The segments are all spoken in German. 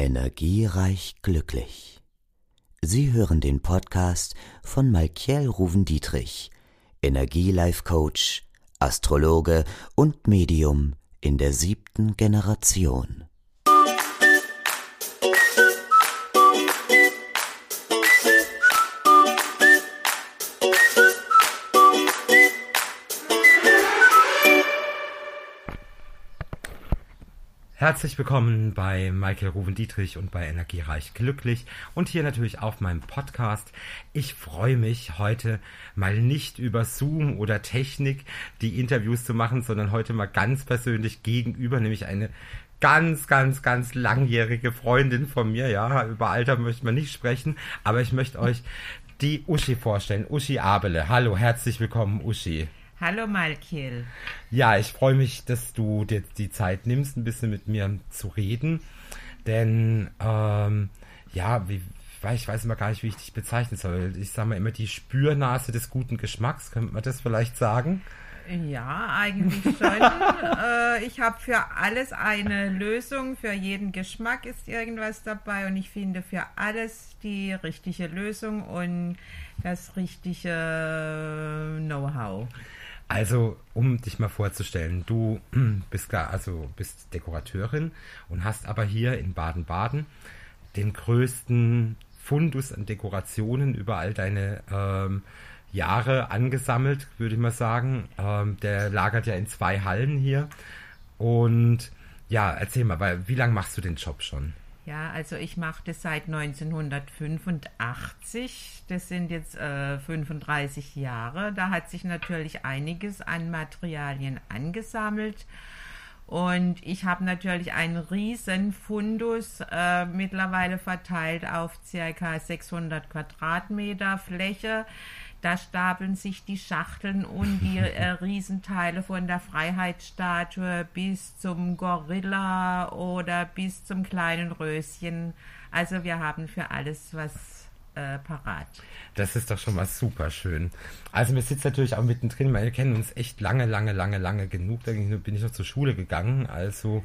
Energiereich glücklich. Sie hören den Podcast von Malkiel Ruven-Dietrich, Energie-Life-Coach, Astrologe und Medium in der 7. Generation. Herzlich willkommen bei Malkiel Ruven-Dietrich und bei Energiereich glücklich und hier natürlich auf meinem Podcast. Ich freue mich heute mal nicht über Zoom oder Technik die Interviews zu machen, sondern heute mal ganz persönlich gegenüber, nämlich eine ganz langjährige Freundin von mir. Ja, über Alter möchte man nicht sprechen, aber ich möchte euch die Uschi vorstellen. Uschi Abele. Hallo, herzlich willkommen, Uschi. Hallo Malkiel. Ja, ich freue mich, dass du dir die Zeit nimmst, ein bisschen mit mir zu reden. Denn, ich weiß immer gar nicht, wie ich dich bezeichnen soll. Ich sage mal immer die Spürnase des guten Geschmacks. Könnte man das vielleicht sagen? Ja, eigentlich schon. Ich habe für alles eine Lösung. Für jeden Geschmack ist irgendwas dabei. Und ich finde für alles die richtige Lösung und das richtige Know-how. Also, um dich mal vorzustellen, du bist Dekorateurin und hast aber hier in Baden-Baden den größten Fundus an Dekorationen über all deine Jahre angesammelt, würde ich mal sagen. Der lagert ja in 2 Hallen hier. Und ja, erzähl mal, wie lange machst du den Job schon? Ja, also ich mache das seit 1985. Das sind jetzt 35 Jahre. Da hat sich natürlich einiges an Materialien angesammelt. Und ich habe natürlich einen riesen Fundus mittlerweile verteilt auf ca. 600 Quadratmeter Fläche. Da stapeln sich die Schachteln und die Riesenteile von der Freiheitsstatue bis zum Gorilla oder bis zum kleinen Röschen. Also wir haben für alles was parat. Das ist doch schon mal super schön. Also wir sitzen natürlich auch mittendrin, wir kennen uns echt lange genug. Da bin ich noch zur Schule gegangen. Also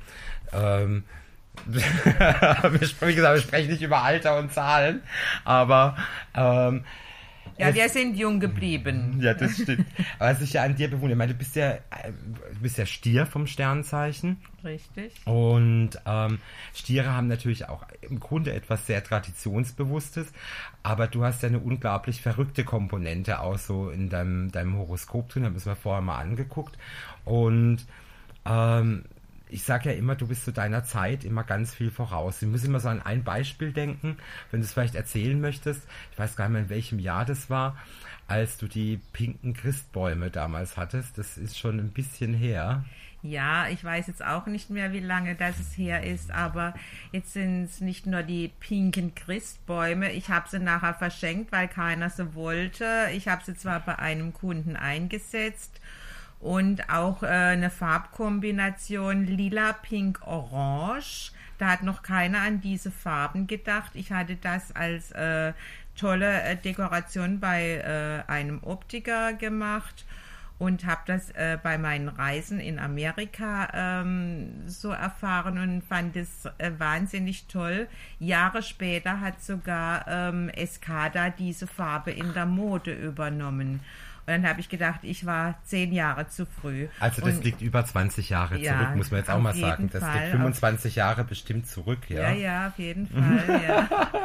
wir sprechen nicht über Alter und Zahlen, aber ja, wir sind jung geblieben. Ja, das stimmt. Aber was ich ja an dir bewundere, ich meine, du bist ja Stier vom Sternzeichen. Richtig. Und Stiere haben natürlich auch im Grunde etwas sehr Traditionsbewusstes, aber du hast ja eine unglaublich verrückte Komponente auch so in deinem Horoskop drin, haben wir es mal vorher mal angeguckt. Und ich sage ja immer, du bist zu deiner Zeit immer ganz viel voraus. Ich muss immer so an ein Beispiel denken, wenn du es vielleicht erzählen möchtest. Ich weiß gar nicht mehr, in welchem Jahr das war, als du die pinken Christbäume damals hattest. Das ist schon ein bisschen her. Ja, ich weiß jetzt auch nicht mehr, wie lange das her ist, aber jetzt sind es nicht nur die pinken Christbäume. Ich habe sie nachher verschenkt, weil keiner sie wollte. Ich habe sie zwar bei einem Kunden eingesetzt, und auch eine Farbkombination lila, pink, orange. Da hat noch keiner an diese Farben gedacht. Ich hatte das als tolle Dekoration bei einem Optiker gemacht und habe das bei meinen Reisen in Amerika so erfahren und fand es wahnsinnig toll. Jahre später hat sogar Escada diese Farbe in der Mode übernommen. Und dann habe ich gedacht, ich war 10 Jahre zu früh. Also das liegt über 20 Jahre zurück, muss man jetzt auch mal sagen. Das liegt 25 Jahre bestimmt zurück, ja. Ja, auf jeden Fall, ja.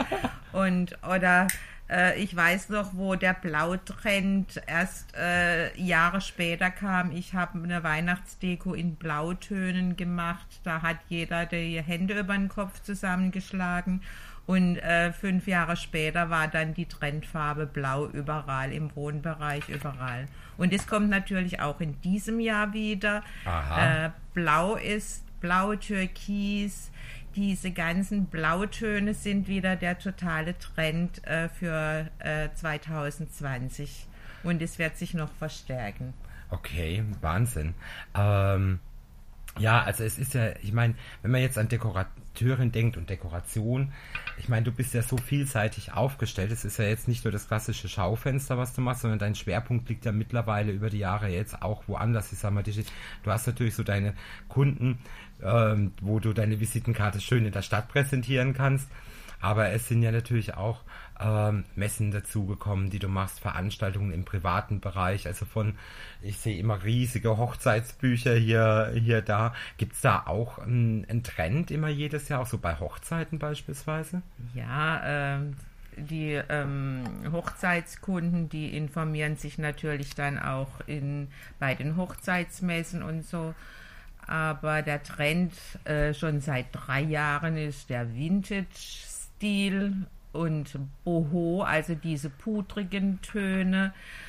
Ich weiß noch, wo der Blautrend erst Jahre später kam. Ich habe eine Weihnachtsdeko in Blautönen gemacht. Da hat jeder die Hände über den Kopf zusammengeschlagen. Und 5 Jahre später war dann die Trendfarbe Blau überall, im Wohnbereich überall. Und es kommt natürlich auch in diesem Jahr wieder. Blau ist Blau, Türkis. Diese ganzen Blautöne sind wieder der totale Trend für 2020. Und es wird sich noch verstärken. Okay, Wahnsinn. Ja, also es ist ja, ich meine, wenn man jetzt an Dekorateurin denkt und Dekoration, ich meine, du bist ja so vielseitig aufgestellt. Es ist ja jetzt nicht nur das klassische Schaufenster, was du machst, sondern dein Schwerpunkt liegt ja mittlerweile über die Jahre jetzt auch woanders. Ich sag mal, du hast natürlich so deine Kunden, wo du deine Visitenkarte schön in der Stadt präsentieren kannst. Aber es sind ja natürlich auch Messen dazugekommen, die du machst, Veranstaltungen im privaten Bereich, also ich sehe immer riesige Hochzeitsbücher hier, da. Gibt es da auch einen Trend immer jedes Jahr, auch so bei Hochzeiten beispielsweise? Ja, die Hochzeitskunden, die informieren sich natürlich dann auch bei den Hochzeitsmessen und so. Aber der Trend schon seit 3 Jahren ist der Vintage-Stil und Boho, also diese pudrigen Töne.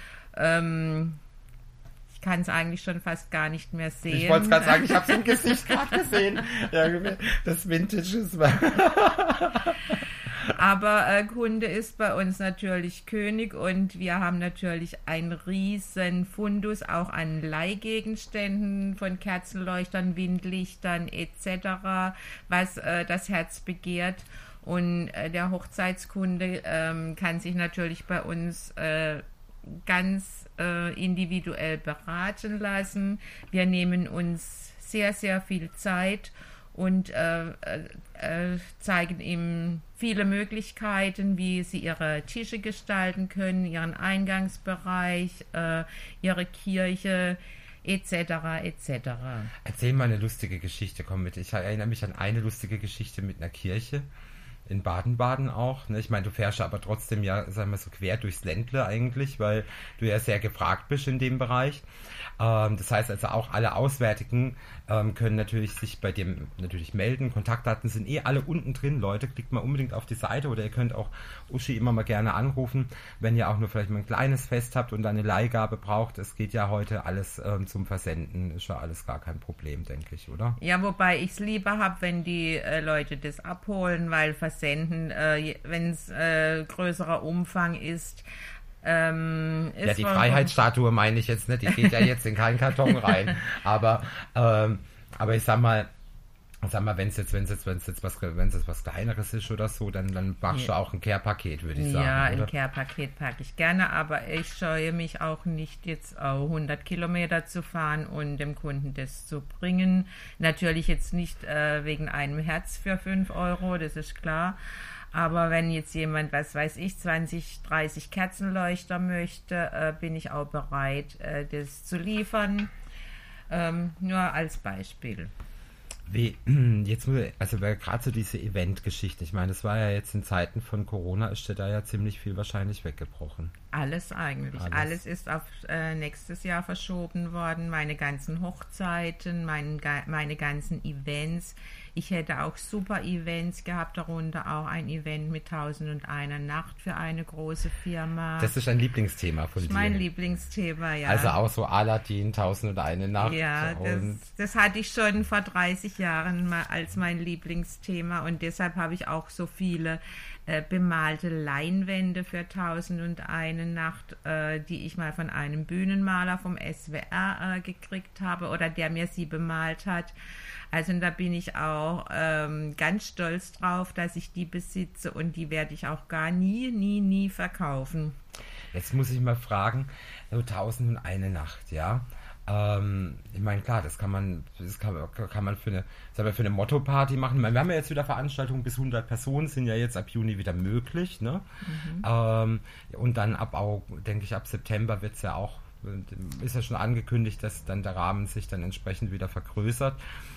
Ich kann es eigentlich schon fast gar nicht mehr sehen. Ich wollte es gerade sagen, ich habe es im Gesicht gerade gesehen. Ja, das Vintage ist... Aber Kunde ist bei uns natürlich König und wir haben natürlich einen riesen Fundus auch an Leihgegenständen von Kerzenleuchtern, Windlichtern etc., was das Herz begehrt. Und der Hochzeitskunde kann sich natürlich bei uns ganz individuell beraten lassen. Wir nehmen uns sehr, sehr viel Zeit und zeigen ihm viele Möglichkeiten, wie sie ihre Tische gestalten können, ihren Eingangsbereich, ihre Kirche etc. etc. Erzähl mal eine lustige Geschichte, komm mit. Ich erinnere mich an eine lustige Geschichte mit einer Kirche in Baden-Baden auch. Ne? Ich meine, du fährst aber trotzdem ja, sagen wir so, quer durchs Ländle eigentlich, weil du ja sehr gefragt bist in dem Bereich. Das heißt also auch alle Auswärtigen können natürlich sich bei dem natürlich melden. Kontaktdaten sind alle unten drin, Leute. Klickt mal unbedingt auf die Seite oder ihr könnt auch Uschi immer mal gerne anrufen, wenn ihr auch nur vielleicht mal ein kleines Fest habt und eine Leihgabe braucht. Es geht ja heute alles zum Versenden. Ist ja alles gar kein Problem, denke ich, oder? Ja, wobei ich es lieber habe, wenn die Leute das abholen, weil Versenden, wenn es größerer Umfang ist, ja, die Freiheitsstatue meine ich jetzt nicht, die geht ja jetzt in keinen Karton rein. Aber ich sag mal, wenn es jetzt was Kleineres ist oder so, dann machst du auch ein Care-Paket, würde ich sagen. Ja, oder? Ein Care-Paket packe ich gerne, aber ich scheue mich auch nicht, jetzt auch 100 Kilometer zu fahren und dem Kunden das zu bringen. Natürlich jetzt nicht wegen einem Herz für 5 Euro, das ist klar. Aber wenn jetzt jemand, was weiß ich, 20, 30 Kerzenleuchter möchte, bin ich auch bereit, das zu liefern. Nur als Beispiel. Also gerade so diese Event-Geschichte, ich meine, das war ja jetzt in Zeiten von Corona, ist da ja ziemlich viel wahrscheinlich weggebrochen. Alles eigentlich. Alles ist auf nächstes Jahr verschoben worden. Meine ganzen Hochzeiten, meine ganzen Events. Ich hätte auch super Events gehabt, darunter auch ein Event mit 1001 Nacht für eine große Firma. Das ist ein Lieblingsthema von dir. Das ist mein Lieblingsthema, ja. Also auch so Aladdin, 1001 Nacht. Ja, das hatte ich schon vor 30 Jahren mal als mein Lieblingsthema und deshalb habe ich auch so viele bemalte Leinwände für 1001 Nacht, die ich mal von einem Bühnenmaler vom SWR gekriegt habe oder der mir sie bemalt hat. Also da bin ich auch ganz stolz drauf, dass ich die besitze und die werde ich auch gar nie verkaufen. Jetzt muss ich mal fragen, so 1001 Nacht, ja. Ich meine, klar, das kann man für eine Motto-Party machen. Wir haben ja jetzt wieder Veranstaltungen bis 100 Personen, sind ja jetzt ab Juni wieder möglich, ne? Und dann denke ich, ab September wird es ja auch, ist ja schon angekündigt, dass dann der Rahmen sich dann entsprechend wieder vergrößert.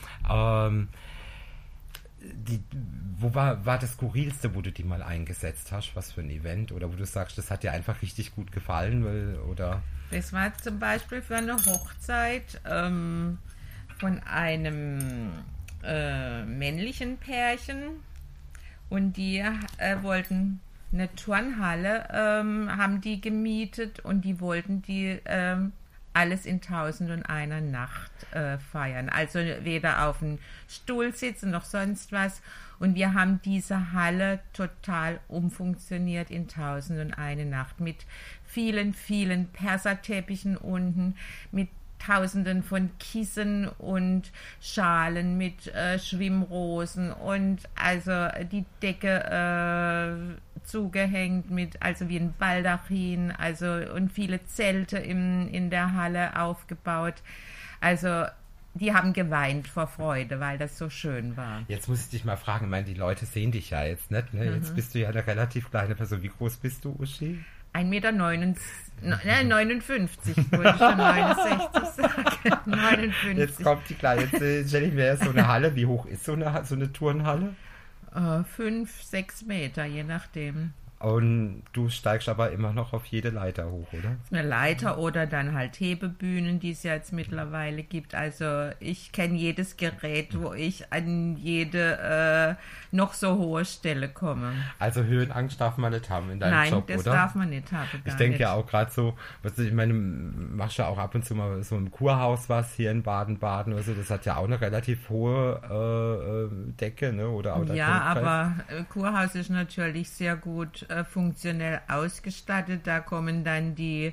Wo war das Skurrilste, wo du die mal eingesetzt hast? Was für ein Event? Oder wo du sagst, das hat dir einfach richtig gut gefallen? Oder? Das war zum Beispiel für eine Hochzeit von einem männlichen Pärchen und die wollten eine Turnhalle, haben die gemietet und die wollten die alles in 1001 Nacht feiern. Also weder auf dem Stuhl sitzen noch sonst was. Und wir haben diese Halle total umfunktioniert in 1001 Nacht mit vielen Perserteppichen unten, mit Tausenden von Kissen und Schalen mit Schwimmrosen und also die Decke zugehängt mit, also wie ein Baldachin, also und viele Zelte in der Halle aufgebaut. Also die haben geweint vor Freude, weil das so schön war. Jetzt muss ich dich mal fragen, ich meine, die Leute sehen dich ja jetzt nicht, ne? Jetzt bist du ja eine relativ kleine Person. Wie groß bist du, Uschi? 1,59 Meter, wollte ich schon 69 sagen. 59. Jetzt kommt die kleine, jetzt stelle ich mir erst so eine Halle. Wie hoch ist so eine Turnhalle? 5, 6 Meter, je nachdem. Und du steigst aber immer noch auf jede Leiter hoch, oder? Eine Leiter oder dann halt Hebebühnen, die es ja jetzt mittlerweile gibt. Also ich kenne jedes Gerät, wo ich an jede noch so hohe Stelle komme. Also Höhenangst darf man nicht haben in deinem Job, oder? Nein, das darf man nicht haben. Ich denke ja auch gerade so, ich meine, machst ja auch ab und zu mal so im Kurhaus was hier in Baden-Baden oder so, das hat ja auch eine relativ hohe Decke, ne? Oder auch ja, aber Kurhaus ist natürlich sehr gut funktionell ausgestattet. Da kommen dann die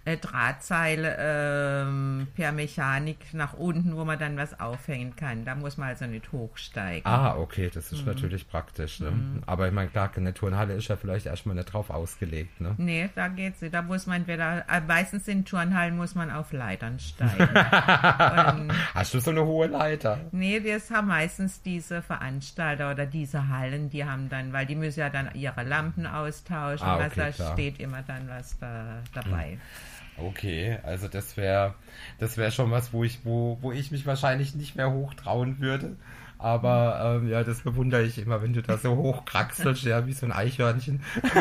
Drahtseile per Mechanik nach unten, wo man dann was aufhängen kann. Da muss man also nicht hochsteigen. Ah, okay, das ist natürlich praktisch. Ne? Aber ich meine, klar, eine Turnhalle ist ja vielleicht erstmal nicht drauf ausgelegt. Ne? Nee, da geht's nicht. Da muss man meistens in Turnhallen muss man auf Leitern steigen. Hast du so eine hohe Leiter? Nee, das haben meistens diese Veranstalter oder diese Hallen, die haben dann, weil die müssen ja dann ihre Lampen austauschen, okay, da klar. steht immer dann was dabei. Okay, also das wäre schon was, wo ich mich wahrscheinlich nicht mehr hochtrauen würde. Aber ja, das bewundere ich immer, wenn du da so hochkraxelst, ja, wie so ein Eichhörnchen.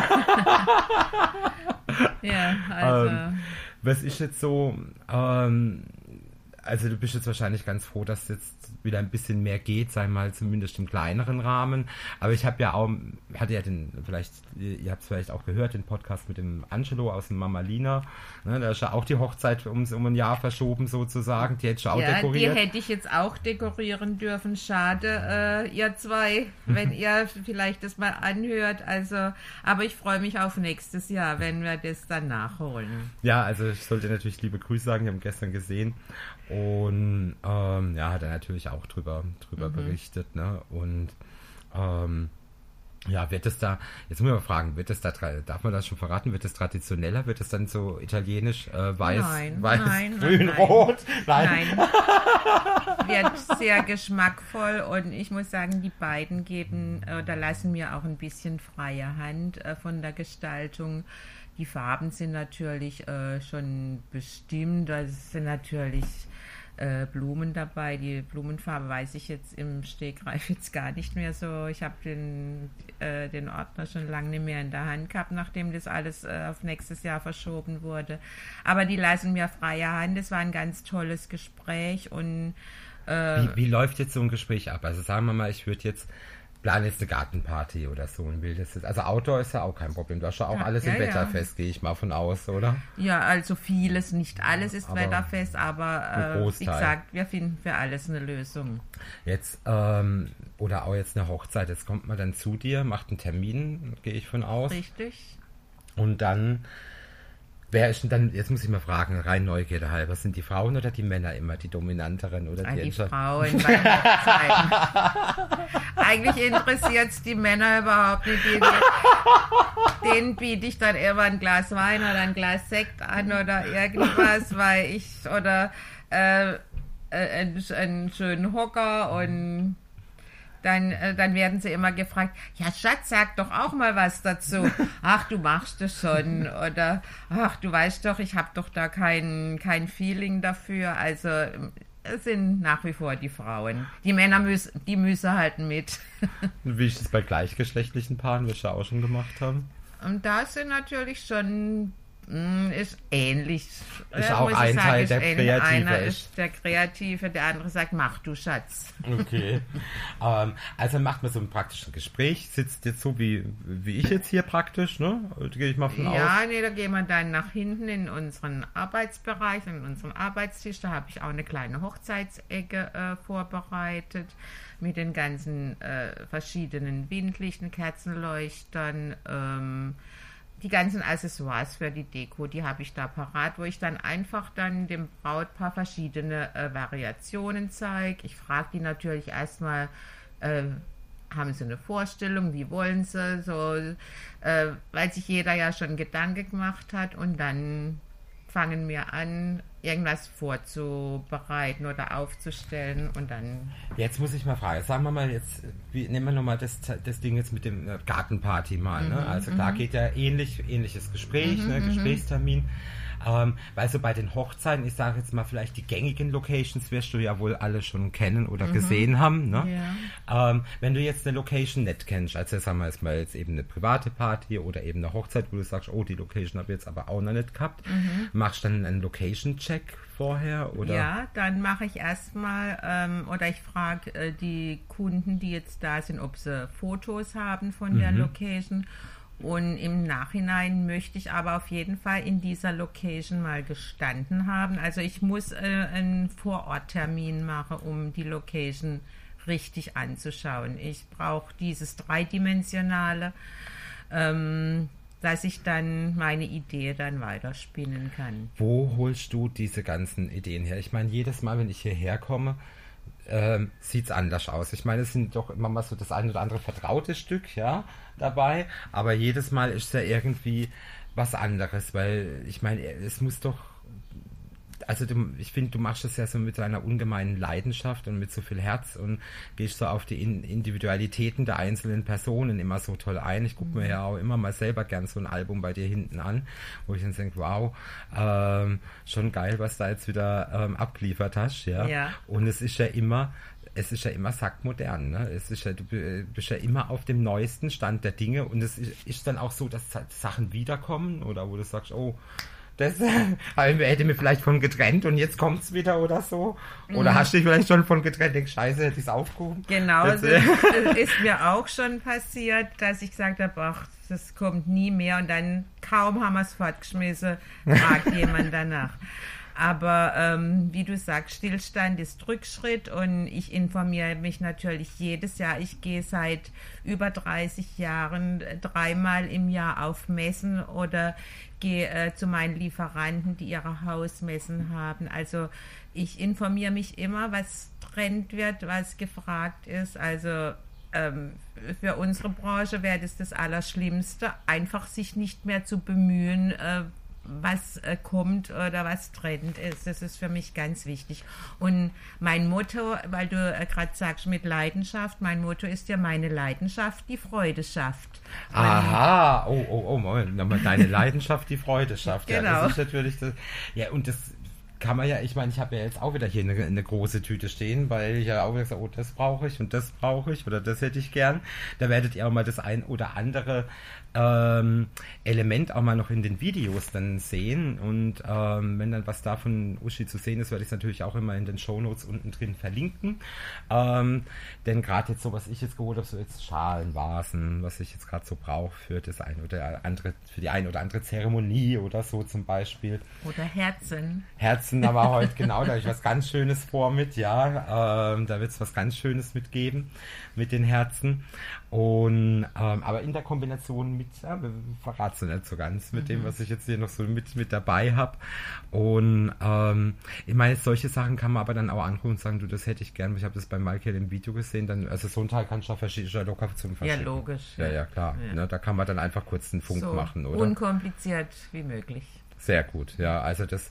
Ja, also. Was ist jetzt so, also du bist jetzt wahrscheinlich ganz froh, dass jetzt wieder ein bisschen mehr geht, sei mal zumindest im kleineren Rahmen. Aber ich habe ja auch, ihr habt es vielleicht auch gehört, den Podcast mit dem Angelo aus dem Mama Lina. Ne, da ist ja auch die Hochzeit um ein Jahr verschoben sozusagen. Die hätte ich auch dekoriert. Die hätte ich jetzt auch dekorieren dürfen. Schade, ihr zwei, wenn ihr vielleicht das mal anhört. Also, aber ich freue mich auf nächstes Jahr, wenn wir das dann nachholen. Ja, also ich sollte natürlich liebe Grüße sagen, wir haben gestern gesehen. Und ja, hat er natürlich auch drüber berichtet, ne? Und ja, wird es da, jetzt muss ich mal fragen, darf man das schon verraten, wird es traditioneller, wird es dann so italienisch, weiß, grün, rot? Nein. Wird sehr geschmackvoll und ich muss sagen, die beiden lassen mir auch ein bisschen freie Hand von der Gestaltung. Die Farben sind natürlich schon bestimmt, da sind natürlich Blumen dabei. Die Blumenfarbe weiß ich jetzt im Stegreif jetzt gar nicht mehr so. Ich habe den Ordner schon lange nicht mehr in der Hand gehabt, nachdem das alles auf nächstes Jahr verschoben wurde. Aber die lassen mir freie Hand. Es war ein ganz tolles Gespräch. Und wie läuft jetzt so ein Gespräch ab? Also sagen wir mal, ich würde jetzt plane jetzt eine Gartenparty oder so und will das jetzt. Also Outdoor ist ja auch kein Problem. Du hast ja auch alles im Wetterfest, gehe ich mal von aus, oder? Ja, also vieles, nicht alles ist wetterfest, aber wie gesagt, wir finden für alles eine Lösung. Jetzt, oder auch jetzt eine Hochzeit, jetzt kommt man dann zu dir, macht einen Termin, gehe ich von aus. Richtig. Und dann, wer ist denn dann, jetzt muss ich mal fragen, rein Neugierde halber, sind die Frauen oder die Männer immer die dominanteren? Oder die Frauen bei Hochzeiten. Eigentlich interessiert es die Männer überhaupt nicht. Denen biete ich dann immer ein Glas Wein oder ein Glas Sekt an oder irgendwas, oder einen schönen Hocker und dann werden sie immer gefragt, ja Schatz, sag doch auch mal was dazu. Ach, du machst es schon. Oder, ach, du weißt doch, ich habe doch da kein Feeling dafür. Also es sind nach wie vor die Frauen. Die Männer müssen halt mit. Wie ist es bei gleichgeschlechtlichen Paaren, was wir auch schon gemacht haben? Und da sind natürlich schon... ist ähnlich. Ist auch ein Teil, der Kreative einer ist der Kreative, der andere sagt, mach du Schatz. Okay. Also macht man so ein praktisches Gespräch, sitzt jetzt so wie ich jetzt hier praktisch, ne? Gehe ich mal von aus. Ja, nee, da gehen wir dann nach hinten in unseren Arbeitsbereich, in unseren Arbeitstisch. Da habe ich auch eine kleine Hochzeitsecke vorbereitet mit den ganzen verschiedenen Windlichten, Kerzenleuchtern, die ganzen Accessoires für die Deko, die habe ich da parat, wo ich dann einfach dann dem Brautpaar verschiedene Variationen zeige. Ich frage die natürlich erstmal, haben sie eine Vorstellung, wie wollen sie, so, weil sich jeder ja schon Gedanken gemacht hat, und dann fangen wir an, irgendwas vorzubereiten oder aufzustellen, und dann... Jetzt muss ich mal fragen, sagen wir mal jetzt, nehmen wir nochmal das Ding jetzt mit dem Gartenparty mal, ne? Also klar geht ja ähnliches Gespräch, ne? Gesprächstermin. Weil so bei den Hochzeiten, ich sage jetzt mal vielleicht die gängigen Locations wirst du ja wohl alle schon kennen oder gesehen haben. Ne? Ja. Wenn du jetzt eine Location nicht kennst, also sagen wir jetzt eben eine private Party oder eben eine Hochzeit, wo du sagst, oh, die Location habe ich jetzt aber auch noch nicht gehabt, machst du dann einen Location-Check vorher? Oder? Ja, dann mache ich erstmal, oder ich frage die Kunden, die jetzt da sind, ob sie Fotos haben von der Location. Und im Nachhinein möchte ich aber auf jeden Fall in dieser Location mal gestanden haben. Also ich muss einen Vororttermin machen, um die Location richtig anzuschauen. Ich brauche dieses Dreidimensionale, dass ich dann meine Idee dann weiterspinnen kann. Wo holst du diese ganzen Ideen her? Ich meine, jedes Mal, wenn ich hierher komme, sieht es anders aus. Ich meine, es sind doch immer mal so das ein oder andere vertraute Stück, ja, dabei, aber jedes Mal ist es ja irgendwie was anderes, weil ich meine, es muss doch, also ich finde, du machst es ja so mit einer ungemeinen Leidenschaft und mit so viel Herz und gehst so auf die Individualitäten der einzelnen Personen immer so toll ein. Ich gucke mir ja auch immer mal selber gern so ein Album bei dir hinten an, wo ich dann denke, wow, schon geil, was da jetzt wieder abgeliefert hast, ja. Ja. Und es ist ja immer sackmodern, ne? Es ist ja, du bist ja immer auf dem neuesten Stand der Dinge, und es ist dann auch so, dass Sachen wiederkommen, oder wo du sagst, oh, das hätte mir vielleicht von getrennt und jetzt kommt's wieder oder so. Oder hast du dich vielleicht schon von getrennt, denkst, scheiße, hätte ich es aufgehoben? Genau, das ist mir auch schon passiert, dass ich gesagt habe, ach, das kommt nie mehr, und dann kaum haben wir es fortgeschmissen, fragt jemand danach. Aber wie du sagst, Stillstand ist Rückschritt, und ich informiere mich natürlich jedes Jahr. Ich gehe seit über 30 Jahren 3-mal im Jahr auf Messen oder gehe zu meinen Lieferanten, die ihre Hausmessen haben. Also ich informiere mich immer, was Trend wird, was gefragt ist. Also für unsere Branche wäre das Allerschlimmste, einfach sich nicht mehr zu bemühen, was kommt oder was Trend ist. Das ist für mich ganz wichtig. Und mein Motto, weil du gerade sagst mit Leidenschaft, mein Motto ist ja, meine Leidenschaft, die Freude schafft. Aha, oh, Moment, deine Leidenschaft, die Freude schafft. Genau. Ja, das ist natürlich das. Ja, und das kann man ja, ich meine, ich habe ja jetzt auch wieder hier eine große Tüte stehen, weil ich ja auch gesagt habe, oh, das brauche ich und das brauche ich oder das hätte ich gern. Da werdet ihr auch mal das ein oder andere Element auch mal noch in den Videos dann sehen, und wenn dann was da von Uschi zu sehen ist, werde ich es natürlich auch immer in den Shownotes unten drin verlinken, denn gerade jetzt so, was ich jetzt geholt habe, so jetzt Schalen, Vasen, was ich jetzt gerade so brauche für das ein oder andere, für die ein oder andere Zeremonie oder so zum Beispiel. Oder Herzen haben wir heute, genau, da habe ich was ganz Schönes vor mit, ja, da wird es was ganz Schönes mitgeben mit den Herzen, und aber in der Kombination mit, ja, verrat's nicht so ganz, mit dem, was ich jetzt hier noch so mit dabei habe, und ich meine, solche Sachen kann man aber dann auch anrufen und sagen, du, das hätte ich gern, ich habe das bei Michael im Video gesehen, dann, also so ein Teil kannst du auch locker zum Verschicken. Ja, logisch. Ja, klar, ja. Ne, da kann man dann einfach kurz einen Funk machen, oder? Unkompliziert wie möglich. Sehr gut, ja, also das,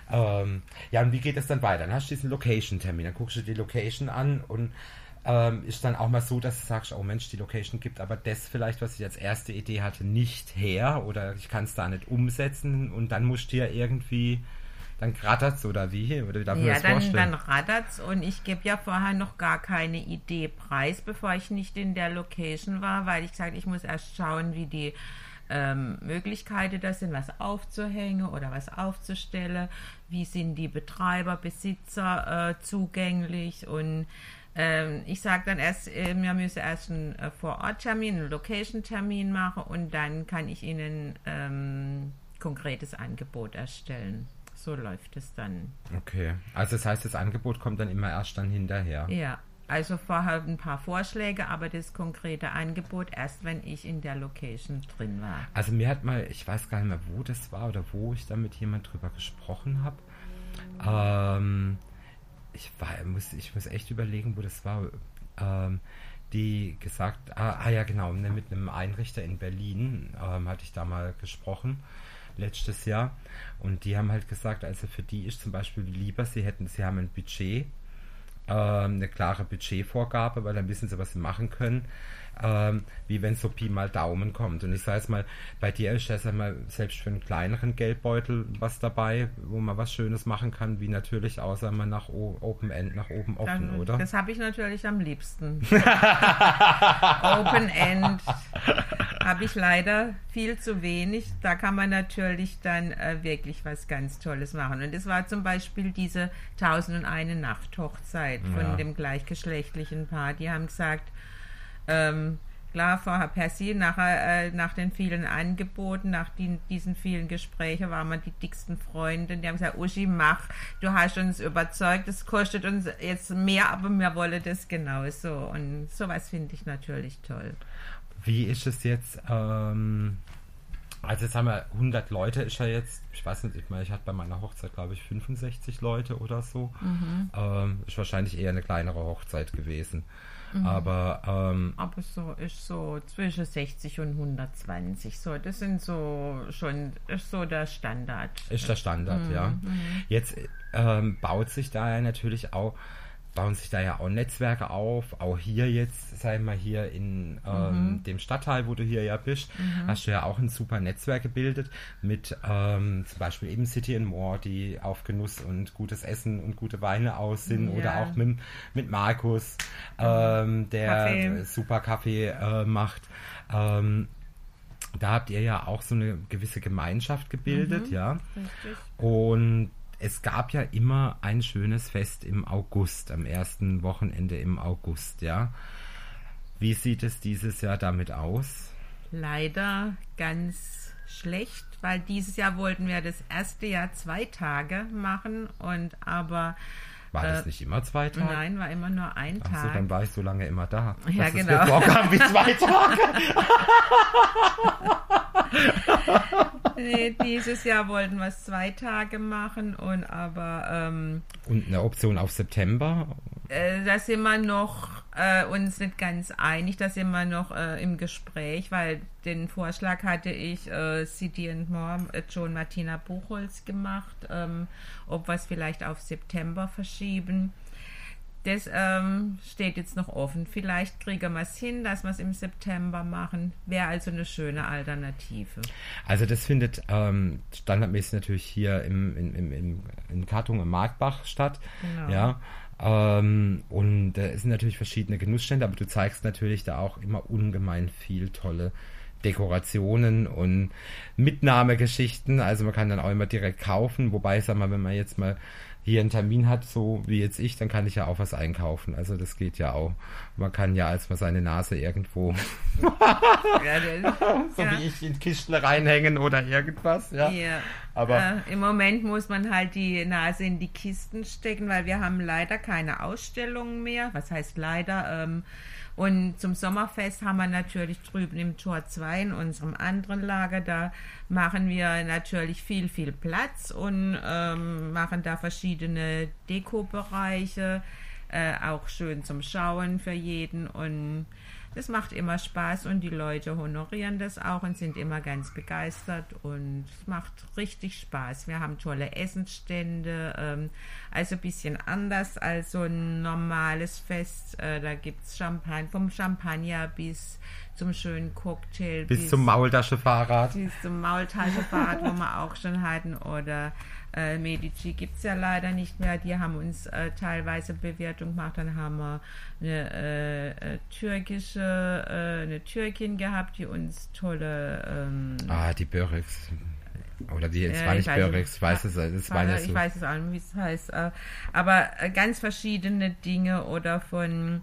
ja, und wie geht es dann weiter? Dann hast du diesen Location-Termin, dann guckst du die Location an, und ist dann auch mal so, dass du sagst, oh Mensch, die Location gibt aber das vielleicht, was ich als erste Idee hatte, nicht her, oder ich kann es da nicht umsetzen, und dann musst du ja irgendwie, dann rattert's oder wie? Oder wie darf man das vorstellen? Dann rattert's, und ich gebe ja vorher noch gar keine Idee preis, bevor ich nicht in der Location war, weil ich sage, ich muss erst schauen, wie die Möglichkeiten da sind, was aufzuhängen oder was aufzustellen, wie sind die Betreiber, Besitzer zugänglich, und ich sage dann erst, wir müssen erst einen Vororttermin, einen Location-Termin machen, und dann kann ich Ihnen konkretes Angebot erstellen. So läuft es dann. Okay, also das heißt, das Angebot kommt dann immer erst dann hinterher. Ja. Also vorher ein paar Vorschläge, aber das konkrete Angebot erst, wenn ich in der Location drin war. Also mir hat mal, ich weiß gar nicht mehr, wo das war oder wo ich da mit jemand drüber gesprochen habe. Ich muss echt überlegen, wo das war. Die gesagt, ja genau, mit einem Einrichter in Berlin hatte ich da mal gesprochen, letztes Jahr. Und die haben halt gesagt, also für die ist zum Beispiel lieber, sie haben ein Budget, eine klare Budgetvorgabe, weil dann wissen sie, was sie machen können, wie wenn so Pi mal Daumen kommt. Und ich sage jetzt mal, bei dir ist ja mal selbst für einen kleineren Geldbeutel was dabei, wo man was Schönes machen kann, wie natürlich außer man nach Open End, nach oben offen, Dann, oder? Das habe ich natürlich am liebsten. Open End habe ich leider viel zu wenig. Da kann man natürlich dann wirklich was ganz Tolles machen. Und es war zum Beispiel diese 1001 Nacht Hochzeit von dem gleichgeschlechtlichen Paar. Die haben gesagt, klar, vorher per se, nachher nach den vielen Angeboten, nach diesen vielen Gesprächen waren wir die dicksten Freunde. Die haben gesagt, Uschi, mach, du hast uns überzeugt, es kostet uns jetzt mehr, aber wir wollen das genauso. Und sowas finde ich natürlich toll. Wie ist es jetzt, also jetzt haben wir 100 Leute, ist ja jetzt, ich weiß nicht, ich hatte bei meiner Hochzeit, glaube ich, 65 Leute oder so. Ist wahrscheinlich eher eine kleinere Hochzeit gewesen. Aber so ist so zwischen 60 und 120. So, das sind so schon ist so der Standard. Ist der Standard, ja. Jetzt bauen sich da ja auch Netzwerke auf, auch hier jetzt, sag ich mal, hier in dem Stadtteil, wo du hier ja bist, hast du ja auch ein super Netzwerk gebildet mit zum Beispiel eben City & More, die auf Genuss und gutes Essen und gute Weine aus sind, oder auch mit Markus, der Kaffee. super Kaffee macht. Da habt ihr ja auch so eine gewisse Gemeinschaft gebildet, ja. Richtig. Und es gab ja immer ein schönes Fest im August, am ersten Wochenende im August, ja. Wie sieht es dieses Jahr damit aus? Leider ganz schlecht, weil dieses Jahr wollten wir das erste Jahr 2 Tage machen aber War das nicht immer 2 Tage? Nein, war immer nur ein Tag. Achso, dann war ich so lange immer da. Ja, dass genau. Es mir vorkam wie 2 Tage. Nee, dieses Jahr wollten wir es 2 Tage machen und eine Option auf September? Da sind wir noch uns nicht ganz einig, da sind wir noch im Gespräch, weil den Vorschlag hatte ich City & More, John Martina Buchholz gemacht, ob wir es vielleicht auf September verschieben. Das steht jetzt noch offen. Vielleicht kriegen wir es hin, dass wir es im September machen. Wäre also eine schöne Alternative. Also das findet standardmäßig natürlich hier im Kartung im Marktbach statt. Genau. Ja. Und es sind natürlich verschiedene Genussstände, aber du zeigst natürlich da auch immer ungemein viel tolle Dekorationen und Mitnahmegeschichten. Also man kann dann auch immer direkt kaufen. Wobei, sag mal, wenn man jetzt mal hier einen Termin hat, so wie jetzt ich, dann kann ich ja auch was einkaufen. Also das geht ja auch. Man kann ja, als man seine Nase irgendwo wie ich in Kisten reinhängen oder irgendwas. Ja. Aber im Moment muss man halt die Nase in die Kisten stecken, weil wir haben leider keine Ausstellungen mehr. Was heißt leider? Und zum Sommerfest haben wir natürlich drüben im Tor 2 in unserem anderen Lager, da machen wir natürlich viel Platz und machen da verschiedene Dekobereiche, auch schön zum Schauen für jeden, und das macht immer Spaß und die Leute honorieren das auch und sind immer ganz begeistert und es macht richtig Spaß. Wir haben tolle Essensstände, also ein bisschen anders als so ein normales Fest. Da gibt es Champagner, vom Champagner bis zum schönen Cocktail. Bis zum Maultaschefahrrad. Bis zum Maultaschefahrrad, wo wir auch schon hatten, oder Medici gibt es ja leider nicht mehr. Die haben uns teilweise Bewertung gemacht. Dann haben wir eine Türkin gehabt, die uns tolle... die Börix. Oder die, es war nicht Börix, ich weiß es, es war ja so. Ich weiß es auch nicht, wie es heißt. Aber ganz verschiedene Dinge, oder von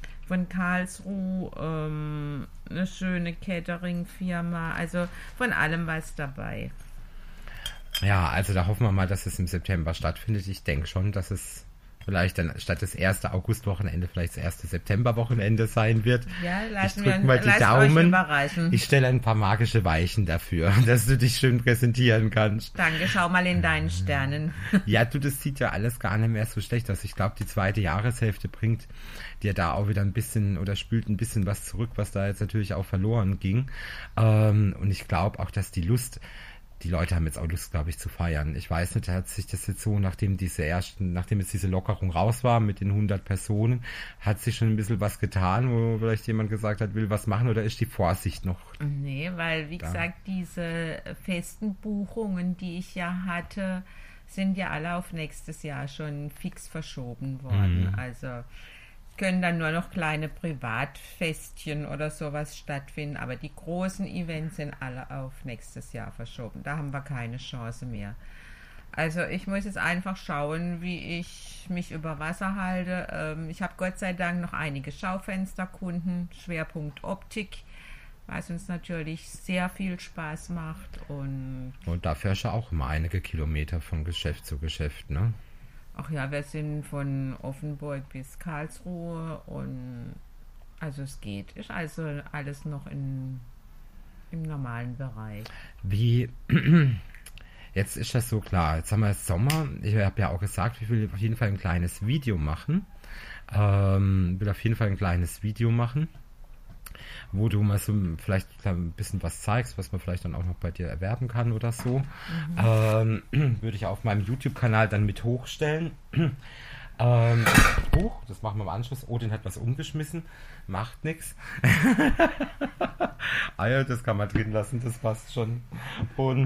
Karlsruhe, eine schöne Catering-Firma, also von allem was dabei. Ja, also da hoffen wir mal, dass es im September stattfindet. Ich denke schon, dass es vielleicht dann statt das erste Augustwochenende vielleicht das erste Septemberwochenende sein wird. Ja, Ich drück mal die lasst euch Daumen. überraschen. Ich stelle ein paar magische Weichen dafür, dass du dich schön präsentieren kannst. Danke, schau mal in deinen Sternen. Ja, du, das sieht ja alles gar nicht mehr so schlecht aus. Ich glaube, die zweite Jahreshälfte bringt dir da auch wieder ein bisschen oder spült ein bisschen was zurück, was da jetzt natürlich auch verloren ging. Und ich glaube auch, dass die Leute haben jetzt auch Lust, glaube ich, zu feiern. Ich weiß nicht, hat sich das jetzt so, nachdem jetzt diese Lockerung raus war mit den 100 Personen, hat sich schon ein bisschen was getan, wo vielleicht jemand gesagt hat, will was machen, oder ist die Vorsicht noch? Nee, weil, wie gesagt, diese festen Buchungen, die ich ja hatte, sind ja alle auf nächstes Jahr schon fix verschoben worden. Also können dann nur noch kleine Privatfestchen oder sowas stattfinden, aber die großen Events sind alle auf nächstes Jahr verschoben. Da haben wir keine Chance mehr. Also ich muss jetzt einfach schauen, wie ich mich über Wasser halte. Ich habe Gott sei Dank noch einige Schaufensterkunden, Schwerpunkt Optik, was uns natürlich sehr viel Spaß macht. Und dafür ist ja auch immer einige Kilometer von Geschäft zu Geschäft, ne? Ach ja, wir sind von Offenburg bis Karlsruhe und also es geht. Ist also alles noch im normalen Bereich. Jetzt ist das so klar. Jetzt haben wir Sommer. Ich habe ja auch gesagt, ich will auf jeden Fall ein kleines Video machen. Wo du mal so vielleicht ein bisschen was zeigst, was man vielleicht dann auch noch bei dir erwerben kann oder so. Würde ich auf meinem YouTube-Kanal dann mit hochstellen. Das machen wir im Anschluss. Odin hat was umgeschmissen. Macht nichts. Ja, das kann man drin lassen, das passt schon. Und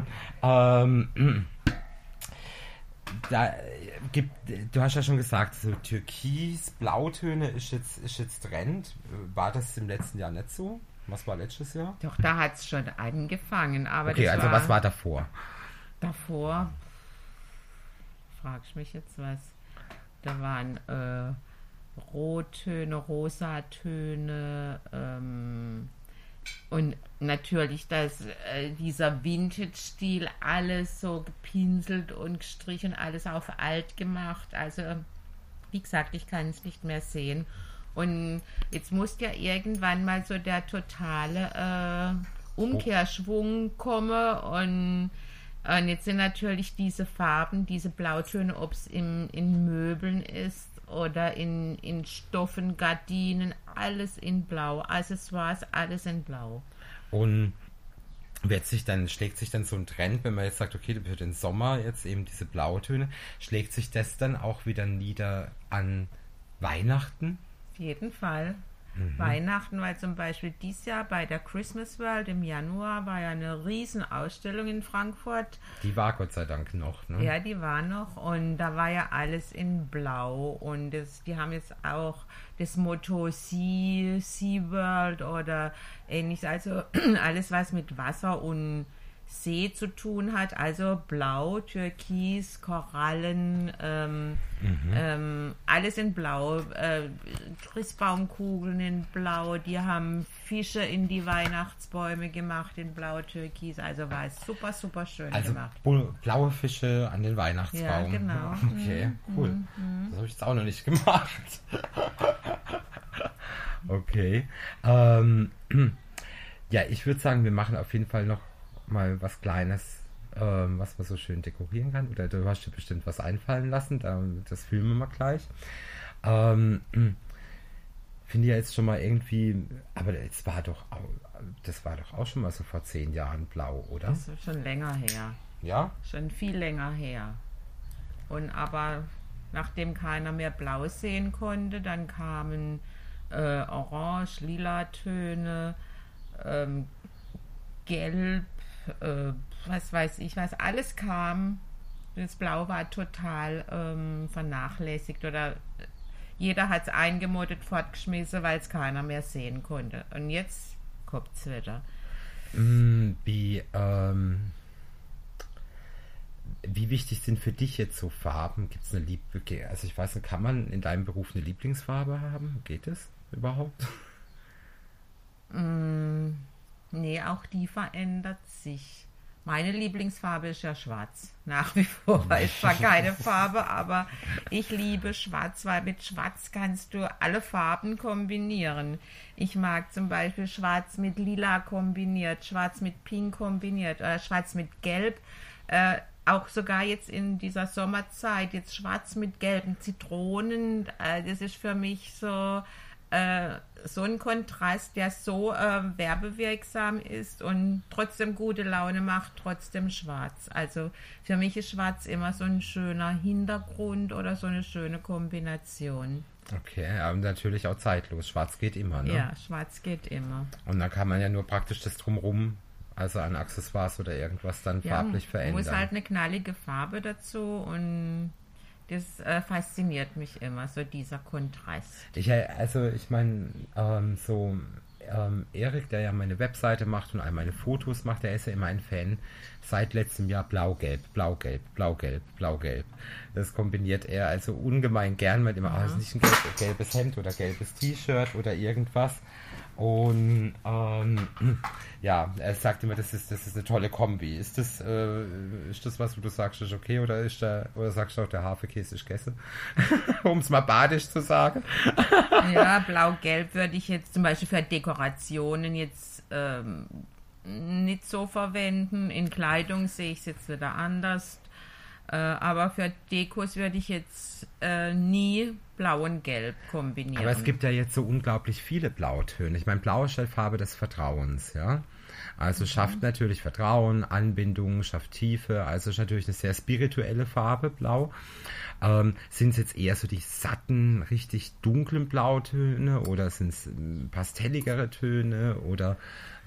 du hast ja schon gesagt, so Türkis, Blautöne ist jetzt Trend. War das im letzten Jahr nicht so? Was war letztes Jahr? Doch, da hat es schon angefangen. Aber okay, also was war davor? Davor, frag ich mich jetzt was. Da waren Rottöne, Rosatöne, und natürlich dieser Vintage-Stil, alles so gepinselt und gestrichen, alles auf alt gemacht. Also, wie gesagt, ich kann es nicht mehr sehen. Und jetzt muss ja irgendwann mal so der totale Umkehrschwung kommen. Und jetzt sind natürlich diese Farben, diese Blautöne, ob es in Möbeln ist oder in Stoffen, Gardinen, alles in Blau. Accessoires, alles in Blau. Und schlägt sich dann so ein Trend, wenn man jetzt sagt, okay, für den Sommer jetzt eben diese Blautöne, schlägt sich das dann auch wieder nieder an Weihnachten? Auf jeden Fall. Weihnachten, weil zum Beispiel dieses Jahr bei der Christmas World im Januar war ja eine riesen Ausstellung in Frankfurt. Die war Gott sei Dank noch, ne? Ja, die war noch und da war ja alles in Blau und die haben jetzt auch das Motto Sea World oder ähnliches, also alles was mit Wasser und See zu tun hat, also Blau, Türkis, Korallen, alles in Blau, Christbaumkugeln in Blau, die haben Fische in die Weihnachtsbäume gemacht in Blau, Türkis, also war es super, super schön gemacht. Blaue Fische an den Weihnachtsbaum. Ja, genau. Okay, cool. Das habe ich jetzt auch noch nicht gemacht. Okay. Ja, ich würde sagen, wir machen auf jeden Fall noch mal was Kleines, was man so schön dekorieren kann. Oder du hast dir bestimmt was einfallen lassen, das filmen wir mal gleich. Finde ich ja jetzt schon mal irgendwie, aber das war doch auch schon mal so vor 10 Jahren blau, oder? Das ist schon länger her. Ja? Schon viel länger her. Und aber nachdem keiner mehr blau sehen konnte, dann kamen Orange, lila Töne, Gelb, was weiß ich was, alles kam. Das Blau war total vernachlässigt oder jeder hat es eingemottet, fortgeschmissen, weil es keiner mehr sehen konnte. Und jetzt kommt es wieder. Wie wichtig sind für dich jetzt so Farben? Gibt es eine also ich weiß nicht, kann man in deinem Beruf eine Lieblingsfarbe haben? Geht es überhaupt? Nee, auch die verändert sich. Meine Lieblingsfarbe ist ja schwarz. Nach wie vor ist zwar keine Farbe, aber ich liebe schwarz, weil mit schwarz kannst du alle Farben kombinieren. Ich mag zum Beispiel schwarz mit lila kombiniert, schwarz mit pink kombiniert oder schwarz mit gelb. Auch sogar jetzt in dieser Sommerzeit, jetzt schwarz mit gelben Zitronen, das ist für mich so ein Kontrast, der so werbewirksam ist und trotzdem gute Laune macht, trotzdem schwarz. Also für mich ist schwarz immer so ein schöner Hintergrund oder so eine schöne Kombination. Okay, aber natürlich auch zeitlos. Schwarz geht immer, ne? Ja, schwarz geht immer. Und dann kann man ja nur praktisch das Drumherum, also an Accessoires oder irgendwas, dann farblich verändern. Muss halt eine knallige Farbe dazu und das fasziniert mich immer, so dieser Kontrast. Ich meine, Erik, der ja meine Webseite macht und all meine Fotos macht, der ist ja immer ein Fan seit letztem Jahr Blau-Gelb, Blau-Gelb, Blau-Gelb, Blau-Gelb. Das kombiniert er also ungemein gern mit immer, ist nicht ein gelbes Hemd oder gelbes T-Shirt oder irgendwas. Und ja, er sagt immer, das ist eine tolle Kombi. Ist das was, wo du sagst, ist okay, oder sagst du auch, der Hafekäse ist gegessen? Um es mal badisch zu sagen. Ja, Blau-Gelb würde ich jetzt zum Beispiel für Dekorationen jetzt nicht so verwenden. In Kleidung sehe ich es jetzt wieder anders. Aber für Dekos würde ich jetzt nie Blau und Gelb kombinieren. Aber es gibt ja jetzt so unglaublich viele Blautöne. Ich meine, Blau ist halt Farbe des Vertrauens, ja. Also schafft natürlich Vertrauen, Anbindung, schafft Tiefe. Also ist natürlich eine sehr spirituelle Farbe, Blau. Sind es jetzt eher so die satten, richtig dunklen Blautöne oder sind es pastelligere Töne oder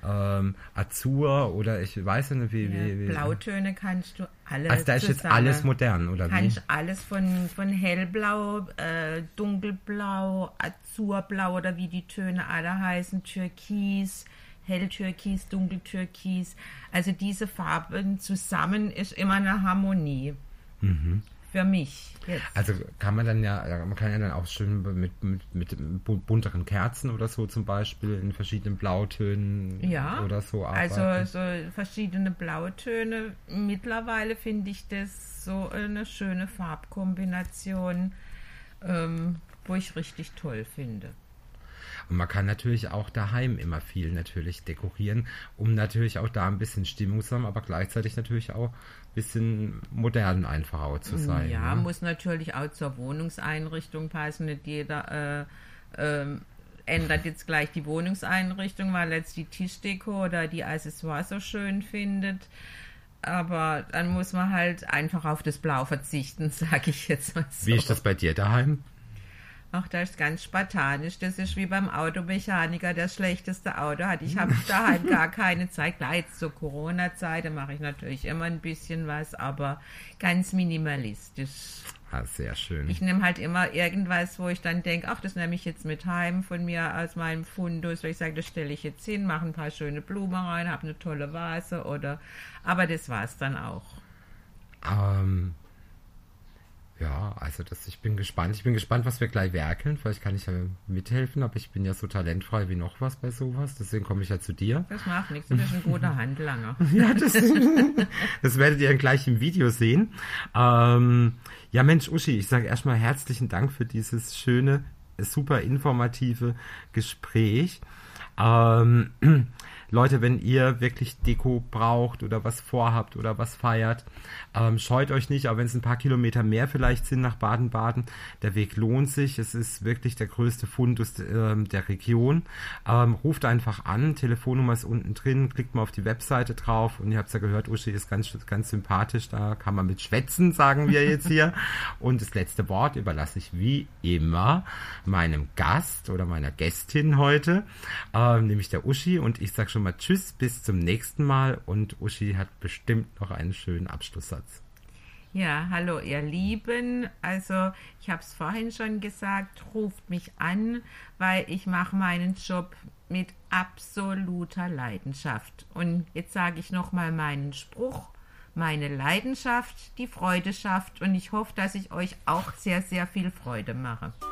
Azur oder ich weiß nicht, wie Blautöne kannst du alle also da ist jetzt alles modern, oder wie? Kannst alles von hellblau, dunkelblau, azurblau oder wie die Töne alle heißen, türkis, helltürkis, dunkeltürkis. Also diese Farben zusammen ist immer eine Harmonie. Mhm. Für mich jetzt. Also kann man ja dann auch schön mit bunteren Kerzen oder so zum Beispiel in verschiedenen Blautönen oder so arbeiten. Also so verschiedene Blautöne. Mittlerweile finde ich das so eine schöne Farbkombination, wo ich richtig toll finde. Und man kann natürlich auch daheim immer viel natürlich dekorieren, um natürlich auch da ein bisschen Stimmung zu haben, aber gleichzeitig natürlich auch ein bisschen modern einfach auch zu sein. Ja, ne? Muss natürlich auch zur Wohnungseinrichtung passen. Nicht jeder ändert jetzt gleich die Wohnungseinrichtung, weil jetzt die Tischdeko oder die Accessoires so schön findet. Aber dann muss man halt einfach auf das Blau verzichten, sage ich jetzt mal so. Wie ist das bei dir daheim? Ach, das ist ganz spartanisch. Das ist wie beim Automechaniker, der das schlechteste Auto hat. Ich habe daheim gar keine Zeit. Klar, jetzt zur Corona-Zeit, da mache ich natürlich immer ein bisschen was, aber ganz minimalistisch. Ah, sehr schön. Ich nehme halt immer irgendwas, wo ich dann denke, ach, das nehme ich jetzt mit heim von mir aus meinem Fundus, weil ich sage, das stelle ich jetzt hin, mache ein paar schöne Blumen rein, habe eine tolle Vase aber das war's dann auch. Ja, also ich bin gespannt. Ich bin gespannt, was wir gleich werkeln. Vielleicht kann ich ja mithelfen, aber ich bin ja so talentfrei wie noch was bei sowas. Deswegen komme ich ja zu dir. Das macht nichts, du bist ein guter Handlanger. Ja, das werdet ihr gleich im Video sehen. Ja, Mensch, Uschi, ich sage erstmal herzlichen Dank für dieses schöne, super informative Gespräch. Leute, wenn ihr wirklich Deko braucht oder was vorhabt oder was feiert, scheut euch nicht, auch wenn es ein paar Kilometer mehr vielleicht sind nach Baden-Baden. Der Weg lohnt sich. Es ist wirklich der größte Fundus der Region. Ruft einfach an. Telefonnummer ist unten drin. Klickt mal auf die Webseite drauf. Und ihr habt es ja gehört, Uschi ist ganz, ganz sympathisch. Da kann man mit schwätzen, sagen wir jetzt hier. Und das letzte Wort überlasse ich wie immer meinem Gast oder meiner Gästin heute, nämlich der Uschi. Und ich sage schon mal tschüss, bis zum nächsten Mal. Und Uschi hat bestimmt noch einen schönen Abschlusssatz. Ja, hallo ihr Lieben. Also ich habe es vorhin schon gesagt, ruft mich an, weil ich mache meinen Job mit absoluter Leidenschaft. Und jetzt sage ich nochmal meinen Spruch. Meine Leidenschaft, die Freude schafft. Und ich hoffe, dass ich euch auch sehr, sehr viel Freude mache.